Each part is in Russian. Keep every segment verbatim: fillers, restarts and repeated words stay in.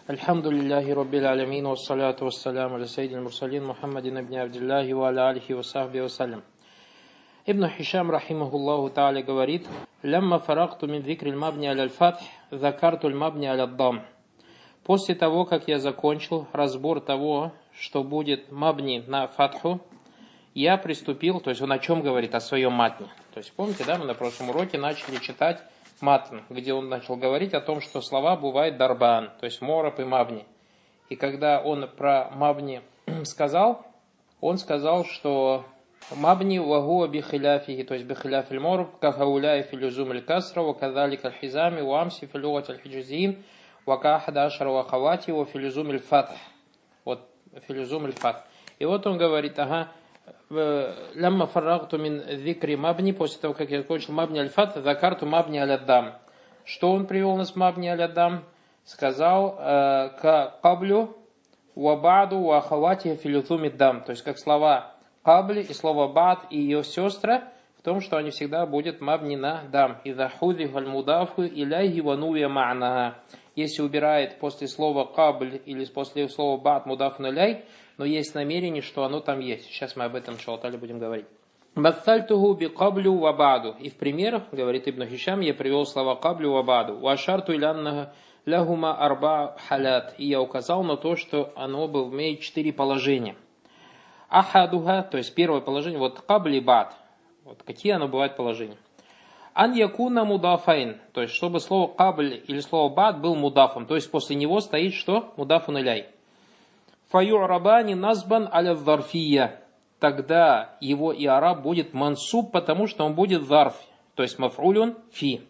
Альхамдулиллахи Раббил Алямин, вассаляту вассаляму аля саййидил мурсалин, Мухаммадин ибн Абдиллахи ва аля алихи ва сахби вассалям. Ибн Хишам, рахимахуллаху та'аля, говорит: «Лямма фаракту мин зикриль мабни аль-фатх, закартуль мабни аль-дам». После того, как я закончил разбор того, что будет мабни на фатху, я приступил, то есть он о чем говорит? О своем матне. То есть помните, да, мы на прошлом уроке начали читать матн, где он начал говорить о том, что слова бывают дарбан, то есть мораб и мабни. И когда он про мабни сказал, он сказал, что мабни вагуа бихиляфихи, то есть бихиляфиль мораб, кахауляй филюзум аль-касра, ва кадалик аль-хизами, ва амси филюгат аль-хиджизин, ва кахада ашара ва хавати, ва филюзум аль-фатх. Вот филюзум аль-фатх. И вот он говорит, ага, лямма фаррагту мин зикри мабни, после того, как я закончил мабни аль-фатх, закарту мабни аль-аддам. Что он привел нас мабни аль-аддам? Сказал, ка каблю ва баду ва ахавати филюзуми дам. То есть, как слова кабли и слово бад и ее сестры, в том, что они всегда будут мабни на дам. Иза хузи аль-мудафу иляйхи ва нувия ма'наха. Если убирает после слова кабль или после слова бад мудафу иляй, но есть намерение, что оно там есть. Сейчас мы об этом, иншаллах, будем говорить. Баттальтуху би каблю ва баду. И в пример, говорит Ибн Хишам, я привел слова каблю ва баду. Ва шарту илянна лягума арба халят. И я указал на то, что оно имеет четыре положения. Ахадуха, то есть первое положение, вот кабли бад. Вот какие оно бывает положения. Ан якуна мудафайн, то есть чтобы слово кабль или слово бад был мудафом, то есть после него стоит что? Мудафун иляй. Фаю'рабани назбан аля зарфия. Тогда его иараб будет мансуб, потому что он будет зарф, то есть маф'улюн фи.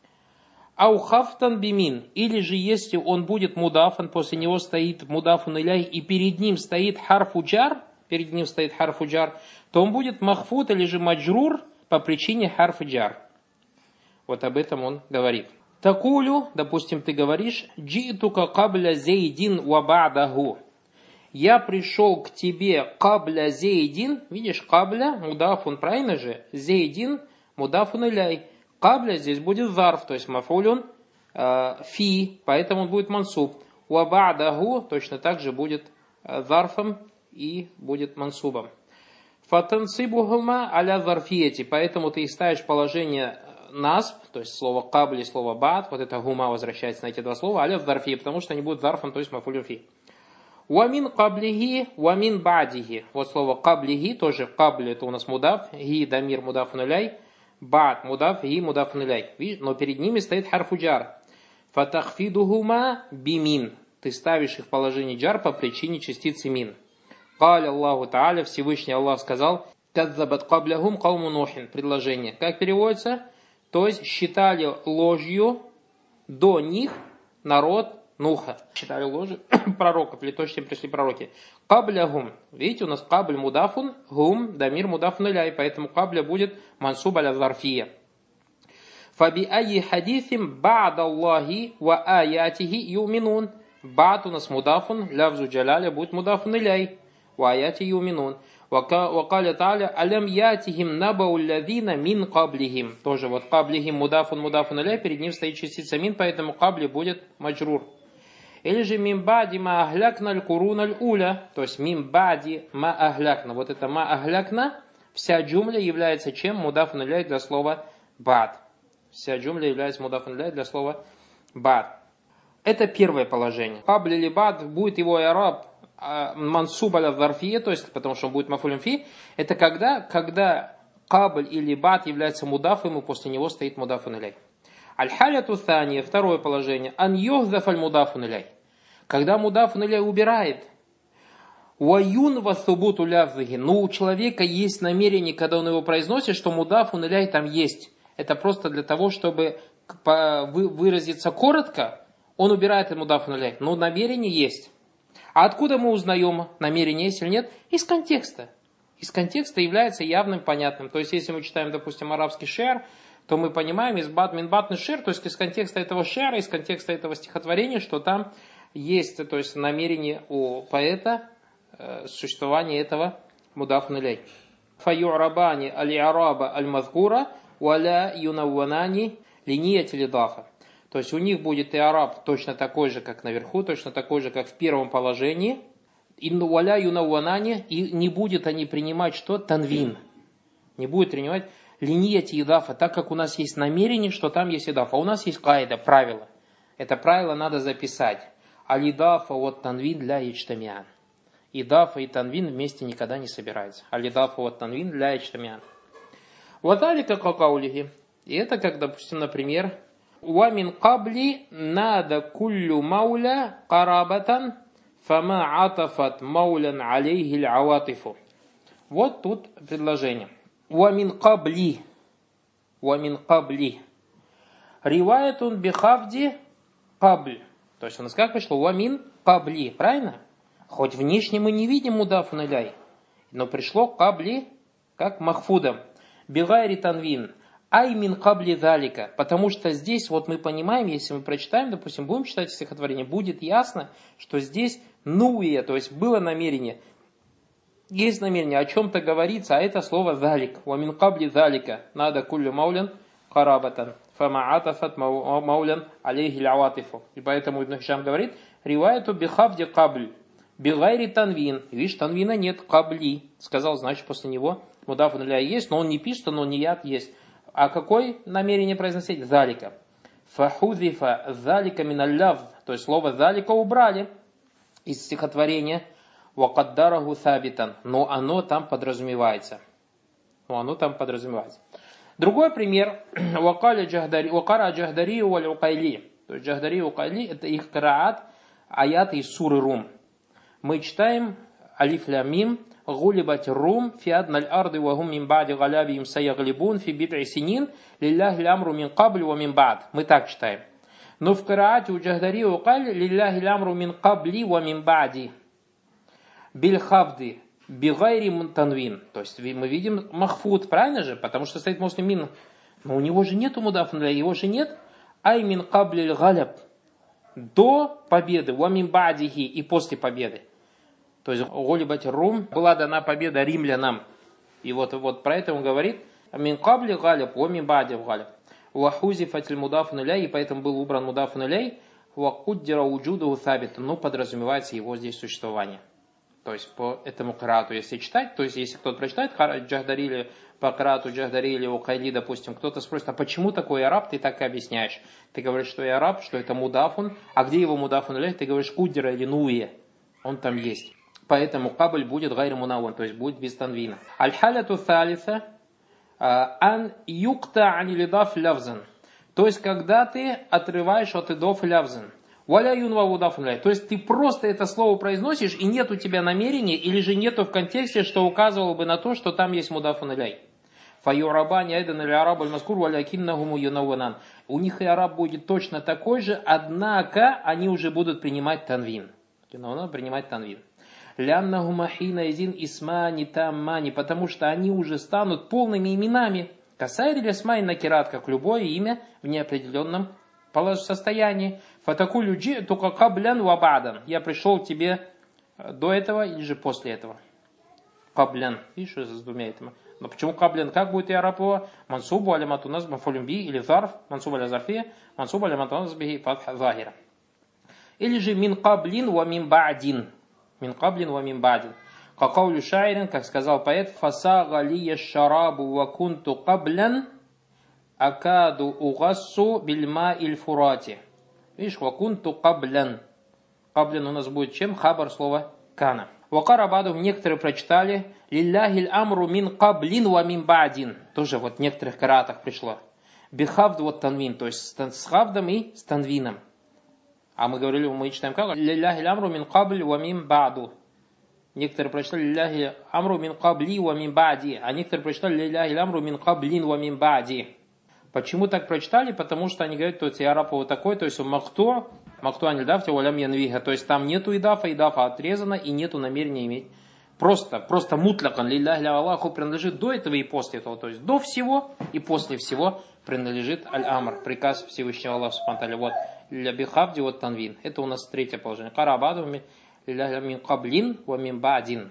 Ау хафтан бимин, или же если он будет мудафан, после него стоит мудафун иляй, и перед ним стоит харфу джар, перед ним стоит харфу джар, то он будет махфут или же маджрур по причине харфу джар. Вот об этом он говорит. Такулю, допустим, ты говоришь, джи'тука кабля зейдин ва ба'даху. Я пришел к тебе кабля зейдин, видишь, кабля, мудафун, правильно же? Зейдин, мудафун иляй. Кабля здесь будет зарф, то есть мафулюн э, фи, поэтому он будет мансуб. Ва ба'даху точно так же будет э, зарфом и будет мансубом. Фатансибухума аля зарфиети, поэтому ты ставишь положение насб, то есть слово кабли и слово бад, вот это гума возвращается на эти два слова, аля зарфи, потому что они будут зарфом, то есть мафулюн фи. Уамин каблихи, уамин бадихи. Вот слово каблихи, тоже кабли это у нас мудаф, ги дамир мудафун иляй, бад мудаф, ги мудафун иляй. Видишь, но перед ними стоит харфу джар. Фатахфидухума бимин. Ты ставишь их в положение джар по причине частицы мин. Каля Аллаху Та'аля, Всевышний Аллах сказал, каззабат каблахум кауму нухин. Предложение. Как переводится? То есть считали ложью до них народ Нуха. Считали ложью пророков, или точно пришли пророки. Кабля гум. Видите, у нас кабль мудафун, гум, дамир мудафун иляй, поэтому кабля будет мансуб аля зарфия. Фаби айи хадисим ба'д Аллахи ва аятихи юминун. Ба'д у нас мудафун, лявзу джаляля будет мудафун иляй, ва аяти юминун. Вакаля та'аля алям ятихим набау лядина мин каблихим. Тоже вот каблихим мудафун мудафун иляй, перед ним стоит частица мин, поэтому кабли будет маджрур. Или же мимбади ма ахлякна аль-курун аль-уля, то есть мимбади ма ахлякна. Вот это ма ахлякна, вся джумля является чем? Мудафун иляй для слова бад. Вся джумля является мудафун иляй для слова бад. Это первое положение. Кабли или бад, будет его иараб мансуб аля зарфия, то есть потому что он будет мафулюн фи. Это когда, когда кабль или бад является мудафом, и после него стоит мудафун иляй. Аль-халяту thания, второе положение. Ан юхзаф аль-мудафун иляй. Когда мудафун иляй убирает. Уаюн васубуту лявзахи. Но у человека есть намерение, когда он его произносит, что мудафун иляй там есть. Это просто для того, чтобы выразиться коротко, он убирает мудафун иляй. Но намерение есть. А откуда мы узнаем, намерение есть или нет? Из контекста. Из контекста является явным, понятным. То есть, если мы читаем, допустим, арабский шер, то мы понимаем из бад минбатный шер, то есть из контекста этого шера, из контекста этого стихотворения, что там есть, то есть намерение у поэта э, существования этого мудафун иляй. Фаю'рабани аль-араба аль-мазкура валя юнавванани линият лидафа. То есть у них будет и араб точно такой же, как наверху, точно такой же, как в первом положении. Инну валя юнавванани, и не будет они принимать что? Танвин. Не будет принимать линияти идафа, так как у нас есть намерение, что там есть идафа. А у нас есть каида, правило. Это правило надо записать. Алидафа вот танвин для ичтамиан. Идафа и танвин вместе никогда не собираются. Алидафа вот танвин для ичтамиан. Ваталика какаулихи. И это как, допустим, например, «Уамин кабли нада куллю мауля карабатан фама атафат маулян алейхи л-аватифу». Вот тут предложение. «Уамин кабли». «Уамин кабли». Риваятун бихавди кабль. То есть у нас как пришло? «Уамин кабли». Правильно? Хоть внешне мы не видим мудафун иляй, но пришло кабли как махфудом. Бигайри танвин. Ай мин кабли залика. Потому что здесь вот мы понимаем, если мы прочитаем, допустим, будем читать стихотворение, будет ясно, что здесь нуия, то есть было намерение. Есть намерение, о чем-то говорится, а это слово залик. Ва мин кабли залика. Надо куллю маулян карабатан. Фама атафат маулян алейхи л-аватифу. И поэтому Ибн Хишам говорит, риваяту бихавди кабль. Бигайри танвин. Видишь, танвина нет, кабли. Сказал, значит, после него мудафун иляй есть, но он не пишет, но ният есть. А какое намерение произносить? Залика. Фахудифа залика миналлявз. То есть слово залика убрали из стихотворения. Вакаддараху сабитан. Но оно там подразумевается. Но оно там подразумевается. Другой пример. Вакара джахдари валь укайли. То есть джахдари и укайли это их караат, аяты из суры Рум. Мы читаем алиф ля мим. غُلِبَتِ الرُّومُ فِي أَدْنَى الْأَرْضِ وَهُمْ مِنْ بَعْدِ غَلَابِهِمْ سَيَغْلِبُونَ فِي بِضْعِ سِنِينَ لِلَّهِ الْأَمْرُ مِنْ قَبْلِ وَمِنْ بَعْدِ. Мы так читаем. Но в караате у джахдари укаль لِلَّهِ الْأَمْرُ مِنْ قَبْلِ وَمِنْ بَعْدِ بِالْخَفْدِ بِغَيْرِ танвин. То есть мы видим махфуд, правильно же? Потому что стоит муслим мин. Но у него же нету мудафун иляй, его же нет. Ай мин кабли галяб. До победы, вамин ба'дихи, и после победы. То есть Гулибат Рум была дана победа римлянам. И вот, вот про это он говорит. Мин кабли галяб, вамин ба'дих галяб. Вахузифатиль мудафун иляй, и поэтому был убран мудафун иляй. Вакуддира уджуду сабит. Ну, подразумевается его здесь существование. То есть по этому карату, если читать, то есть если кто-то прочитает джахдари или по карату джахдари или укайли, допустим, кто-то спросит, а почему такой араб, ты так и объясняешь? Ты говоришь, что я араб, что это мудафун, а где его мудафун иляй? Ты говоришь куддира или нуе, он там есть. Поэтому кабль будет гайр мунаван, то есть будет без танвина. Аль-халяту салиса ан юкта анилидаф лявзан. То есть когда ты отрываешь от идов лявзан. Валя юнва удафун. То есть ты просто это слово произносишь, и нет у тебя намерения, или же нету в контексте, что указывало бы на то, что там есть мудафун иляй. Фаюрабани айдан или араб аль-маскур валякиннахуму юнаванан. У них и араб будет точно такой же, однако они уже будут принимать танвин. Юнаванан принимать танвин. Ляннахума хина изин исмани таммани. Потому что они уже станут полными именами. Касайри лесмай накират, как любое имя в неопределенном состоянии. Фатакулю джи тука каблян вабадан. Я пришел к тебе до этого или же после этого. Каблян. Видишь, с двумя этими. Но почему каблян? Как будет и арабова? Мансубу алямату нас мафулюмби или зарф. Мансубу аля зарфия. Мансубу алямату нас бихи фатха захира. Или же мин каблин ва мин ба'дин. Мин каблин ва мин ба'дин. Какаулю шайрин, как сказал поэт, фасага лия шарабу ва кунту каблян акаду угассу бильма иль фурати. Видишь, вакунту каблян. Каблян у нас будет чем? Хабар слова кана. Вакарабаду некоторые прочитали лилляхиль амру мин каблин ва мин ба'дин. Тоже вот в некоторых каратах пришло. Бихавд вот танвин, то есть с хавдом и с танвином. А мы говорили, мы читаем как? Лилляхиль амру мин кабль ва мин ба'ду. Некоторые прочитали лилляхиль амру мин кабли ва мин ба'ди. А некоторые прочитали лилляхиль амру мин каблин ва мин ба'ди. Почему так прочитали? Потому что они говорят, что араб вот такой, то есть у махто, махто анильдафте валям янвиха, то есть там нету идафа, идафа отрезана и нету намерения иметь. Просто, просто мутлакан, лилляхи Аллаху принадлежит до этого и после этого, то есть до всего и после всего принадлежит аль-амр, приказ Всевышнего Аллаха субхану. Вот, ля бихавди вот танвин, это у нас третье положение. Карабадуми лилляхи мин каблин ва мин ба'дин.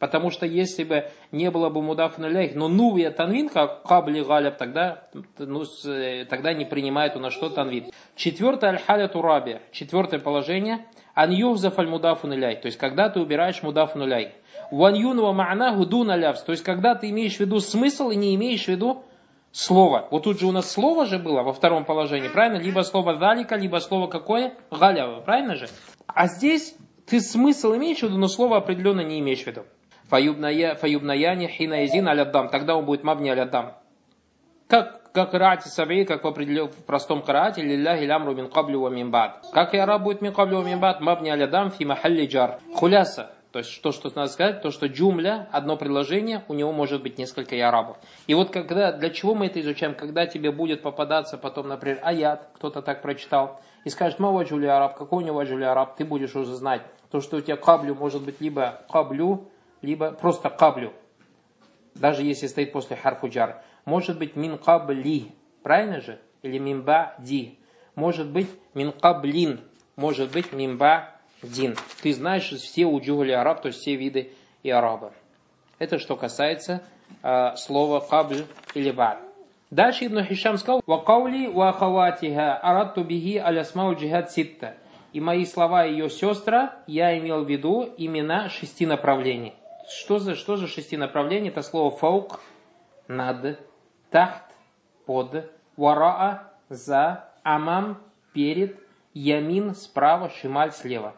Потому что если бы не было бы мудафун иляйх, но нувия танвин, как кабли галяб, тогда, ну, тогда не принимает у нас что танвин. Четвертое аль-халяту раби. Четвертое положение. Ан юхзаф аль-мудафун иляйх. То есть, когда ты убираешь мудафун иляйх. Ван юнва ма'наху дун алявс. То есть, когда ты имеешь в виду смысл и не имеешь в виду слово. Вот тут же у нас слово же было во втором положении, правильно? Либо слово залика, либо слово какое? Галява, правильно же? А здесь ты смысл имеешь в виду, но слово определенно не имеешь в виду. Фаюбнаяни хинаизин аляддам. Тогда он будет мабни аляддам. Как, как рати саби, как в определенном в простом карате, лилляхи лямру мин каблю ва мин бад. Как и араб будет мин каблю ва мин бад, мабни аляддам фи махалли джар. Хуляса. То есть, то, что надо сказать, то, что джумля, одно предложение, у него может быть несколько ярабов. И вот когда, для чего мы это изучаем? Когда тебе будет попадаться потом, например, аят, кто-то так прочитал, и скажет, ма ваджули араб, какой у него ваджули араб, ты будешь уже знать, то, что у тебя каблю может быть либо каблю, либо просто каблю. Даже если стоит после харфу джар. Может быть мин кабли, правильно же? Или мин ба ди. Может быть мин каблин, может быть мин ба дин. Ты знаешь все уджугли араб, то есть все виды и араба. Это что касается э, слова кабль или бад. Дальше Ибн Хишам сказал: «Ва каули ва ахаватиха арадту бихи алясмау джихад ситта». И мои слова ее сестра, я имел в виду имена шести направлений. Что за, что за шести направлений? Это слово фаук, над, тахт, под, вараа, за, амам, перед, ямин, справа, шималь, слева.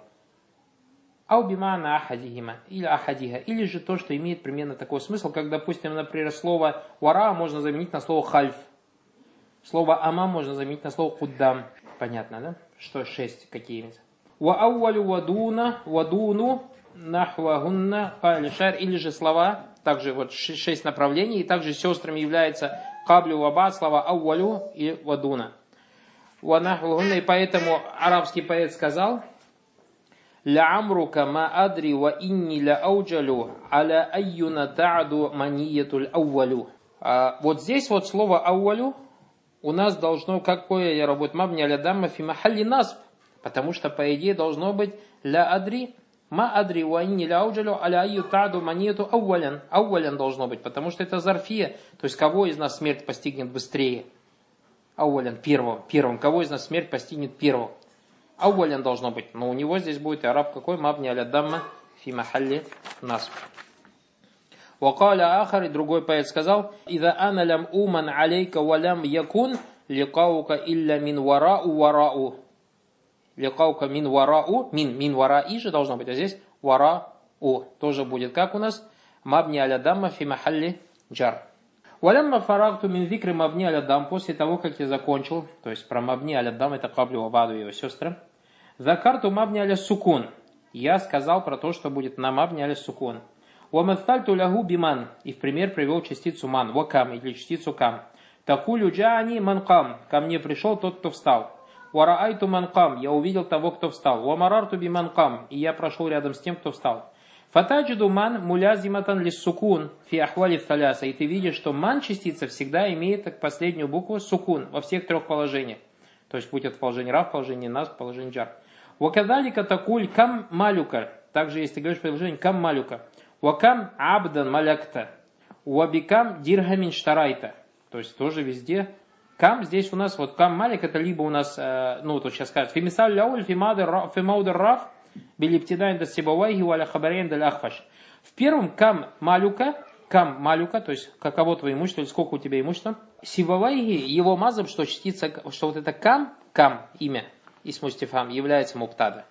Аубимана ахадихима, или ахадиха, или же то, что имеет примерно такой смысл, как, допустим, например, слово вара можно заменить на слово хальф, слово амам можно заменить на слово куддам. Понятно, да? Что шесть какие-нибудь. Ва аувалю вадуна, вадуну, нахвагунна, калишар, или же слова, также вот шесть направлений, и также сестрами является каблю ваба, слова аувалю и вадуна. Ва нахвагунна, и поэтому арабский поэт сказал: «Ля амрука ма адри ва инни ля ауджалю, аля айюна та'аду маниятуль аувалю». Вот здесь вот слово аувалю у нас должно, какое работает мабни аля дамма фи махалли насб, потому что по идее должно быть ля адри, ма адри ва инни ля ауджалю, аля айю та'аду манияту аувалян. Аувалян должно быть, потому что это зарфия, то есть кого из нас смерть постигнет быстрее? Аувалян, первым, первым. Кого из нас смерть постигнет первым? Аувалян должно быть, но у него здесь будет араб какой? Мабни аля дамма фи махалли насб. Вакаля ахар, и другой поэт сказал: «Ида ана лям уман алейка валям якун ликаука илля мин варау варау». Ликаука мин варау, мин, мин вараи же должно быть, а здесь варау тоже будет. Как у нас? Мабни аля дамма фи махалли джар. Валямма фарагту мин зикри мабни аля дам, после того, как я закончил, то есть про мабни аля дам, это каблю вабаду и его сестры, закарту мабни аля сукун, я сказал про то, что будет на мабни аля сукун. Уамастальту лягу биман, и в пример привел частицу ман, вакам, или частицу кам. Такулю джаани манкам, ко мне пришел тот, кто встал. Уараайту манкам, я увидел того, кто встал. Уамарарту биманкам, и я прошел рядом с тем, кто встал. Фатаджиду ман мулязиматан лиссукун фи ахвали таляса, и ты видишь, что ман частица всегда имеет последнюю букву сукун во всех трех положениях. То есть, будь это положение ра, положение нас, положение джар. Вакадалика такуль кам малюка, также если ты говоришь предложение кам малюка. Вакам абдан малякта, уабикам дирхамин штарайта. То есть тоже везде. Кам здесь у нас, вот кам малик, это либо у нас, э, ну вот сейчас скажут, фимисаль ляуль фимаудер раф, билиптидайн да сибавайги валя хабарейн да ляхфаш. В первом кам малюка, кам малюка, то есть каково твое имущество, или сколько у тебя имущества. Сибавайги, его мазаб, что частица, что вот это кам, кам, имя, исмустифам, является муптада.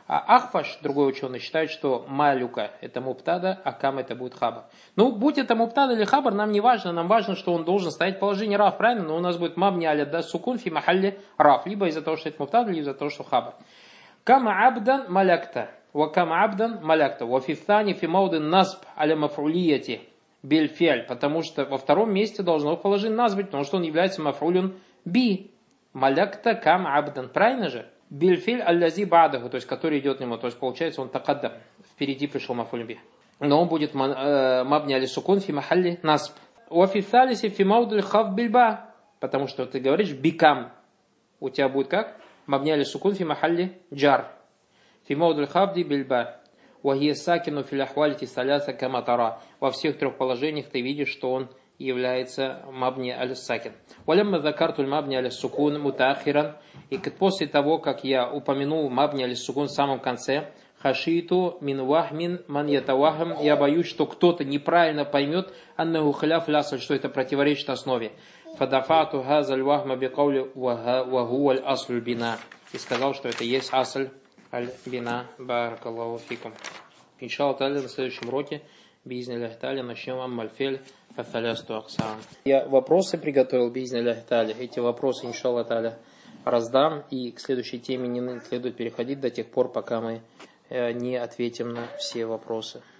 А Ахфаш, другой ученый, считает, что малюка это муптада, а кам это будет хабар. Ну, будь это муптада или хабар, нам не важно, нам важно, что он должен стоять в положении раф, правильно? Но у нас будет мабни аля да сукун фи махалли раф, либо из-за того, что это муптада, либо из-за того, что хабар. Кама абдан малякта, ва кама абдан малякта, ва фифтани фи маудин насб аля мафрулияти бельфиаль, потому что во втором месте должно положение нас быть, потому что он является мафрулюн би. Малякта кам абдан, правильно же? Бильфиль аллази бадаху, то есть который идет к нему, то есть получается он такаддам, впереди пришел мафуль би. Но он будет мабни али сукун фи махалли насб. Уафи салиси фи маудуль хав бильба, потому что ты говоришь бикам, у тебя будет как? Мабни али сукун фи махалли джар. Фи маудуль хавди бильба. Вахия сакину фил ахвалити саляса каматара. Во всех трех положениях ты видишь, что он является мабни аль-сакин. Валямма закартуль мабни аль-сукун мутаахиран. И после того, как я упомянул мабни аль-сукун в самом конце, хашиту мин вахмин ман ятавахам, я боюсь, что кто-то неправильно поймет, аннаху халяф лясаль, что это противоречит основе. Фадафату газаль вахма бикаули ваху аль аслю бина. И сказал, что это есть асль аль-бина. Баракаллаху фикум. Иншаллах та'аля, на следующем уроке биизниллахи та'аля начнем аммаль-фель фа'талясту аксам. Я вопросы приготовил биизниллахи та'аля. Эти вопросы, иншаллах та'аля, раздам. И к следующей теме не следует переходить до тех пор, пока мы не ответим на все вопросы.